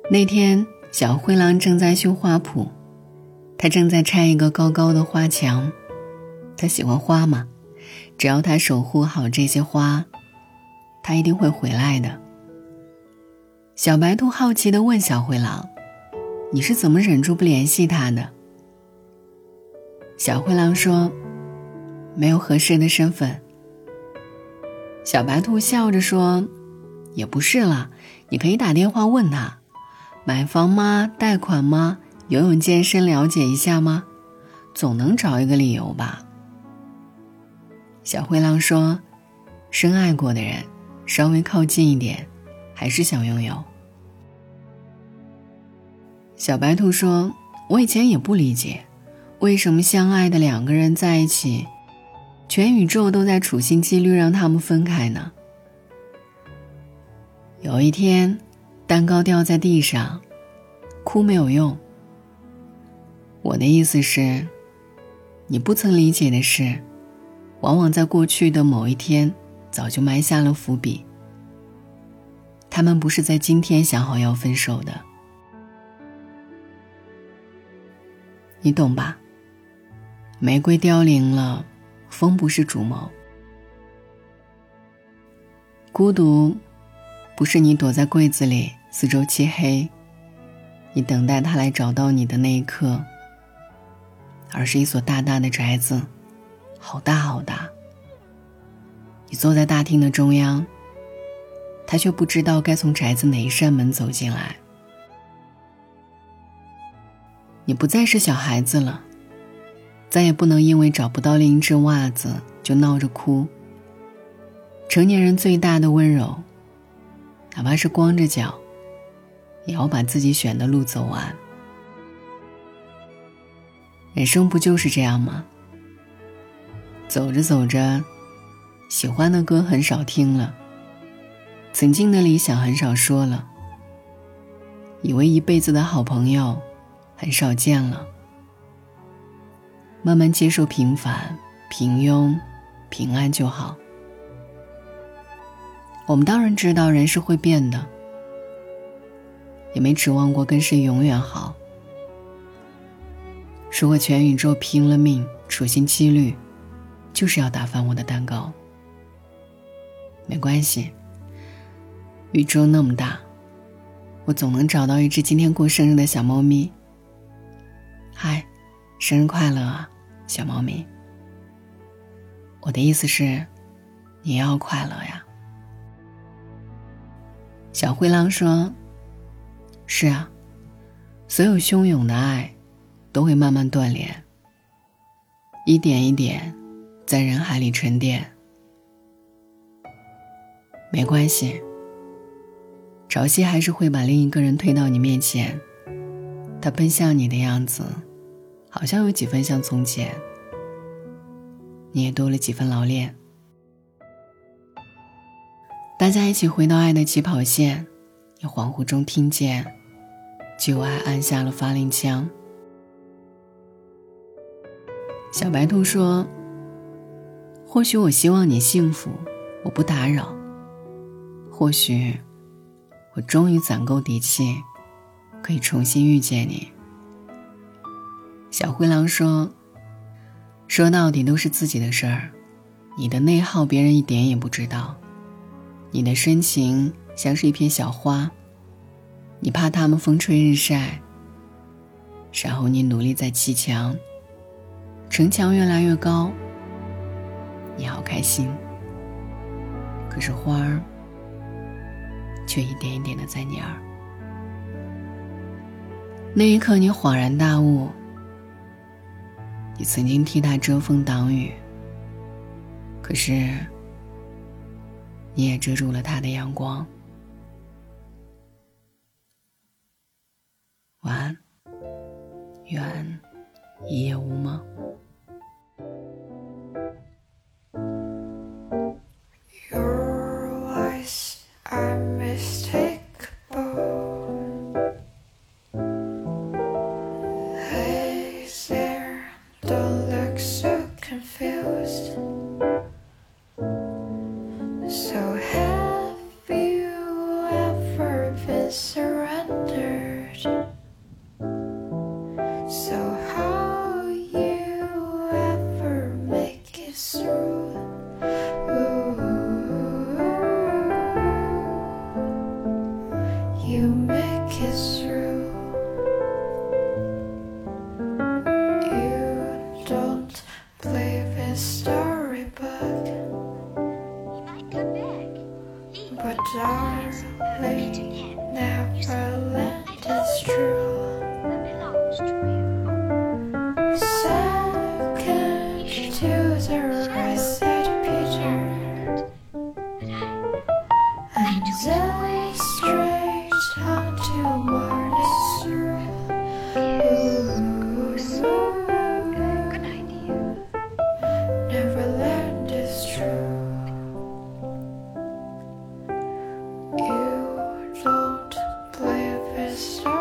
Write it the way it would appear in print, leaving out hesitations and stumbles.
那天小灰狼正在修花圃，他正在拆一个高高的花墙。他喜欢花嘛，只要他守护好这些花，他一定会回来的。小白兔好奇地问小灰狼，你是怎么忍住不联系他的？小灰狼说，没有合适的身份。小白兔笑着说，也不是啦，你可以打电话问他，买房吗？贷款吗？游泳健身了解一下吗？总能找一个理由吧。小灰狼说，深爱过的人稍微靠近一点还是想拥有。小白兔说，我以前也不理解，为什么相爱的两个人在一起，全宇宙都在处心积虑让他们分开呢？有一天，蛋糕掉在地上，哭没有用。我的意思是，你不曾理解的事，往往在过去的某一天早就埋下了伏笔。他们不是在今天想好要分手的，你懂吧？玫瑰凋零了，风不是主谋。孤独不是你躲在柜子里四周漆黑，你等待他来找到你的那一刻，而是一所大大的宅子，好大好大。你坐在大厅的中央，他却不知道该从宅子哪一扇门走进来。你不再是小孩子了，再也不能因为找不到另一只袜子就闹着哭。成年人最大的温柔，哪怕是光着脚，也要把自己选的路走完。人生不就是这样吗？走着走着，喜欢的歌很少听了，曾经的理想很少说了，以为一辈子的好朋友很少见了。慢慢接受平凡、平庸、平安就好。我们当然知道人是会变的，也没指望过跟谁永远好。如果全宇宙拼了命，处心积虑，就是要打翻我的蛋糕，没关系，宇宙那么大，我总能找到一只今天过生日的小猫咪。嗨，生日快乐啊，小猫咪。我的意思是，你也要快乐呀。小灰狼说，是啊，所有汹涌的爱都会慢慢断联，一点一点在人海里沉淀。没关系，潮汐还是会把另一个人推到你面前，他奔向你的样子好像有几分像从前，你也多了几分老练。大家一起回到爱的起跑线，你恍惚中听见旧爱按下了发令枪。小白兔说，或许我希望你幸福，我不打扰，或许我终于攒够底气，可以重新遇见你。小灰狼说，说到底都是自己的事儿，你的内耗别人一点也不知道，你的深情像是一片小花，你怕它们风吹日晒，然后你努力在砌墙，城墙越来越高，你好开心，可是花儿却一点一点的在蔫儿。那一刻你恍然大悟，你曾经替他遮风挡雨，可是你也遮住了他的阳光。晚安，愿一夜无梦。 So have you ever been surrendered? storybook. But darling, Neverland is true. Second to the right said Peter, and then straight on to Morningstar. Neverland is true. You don't play with stars.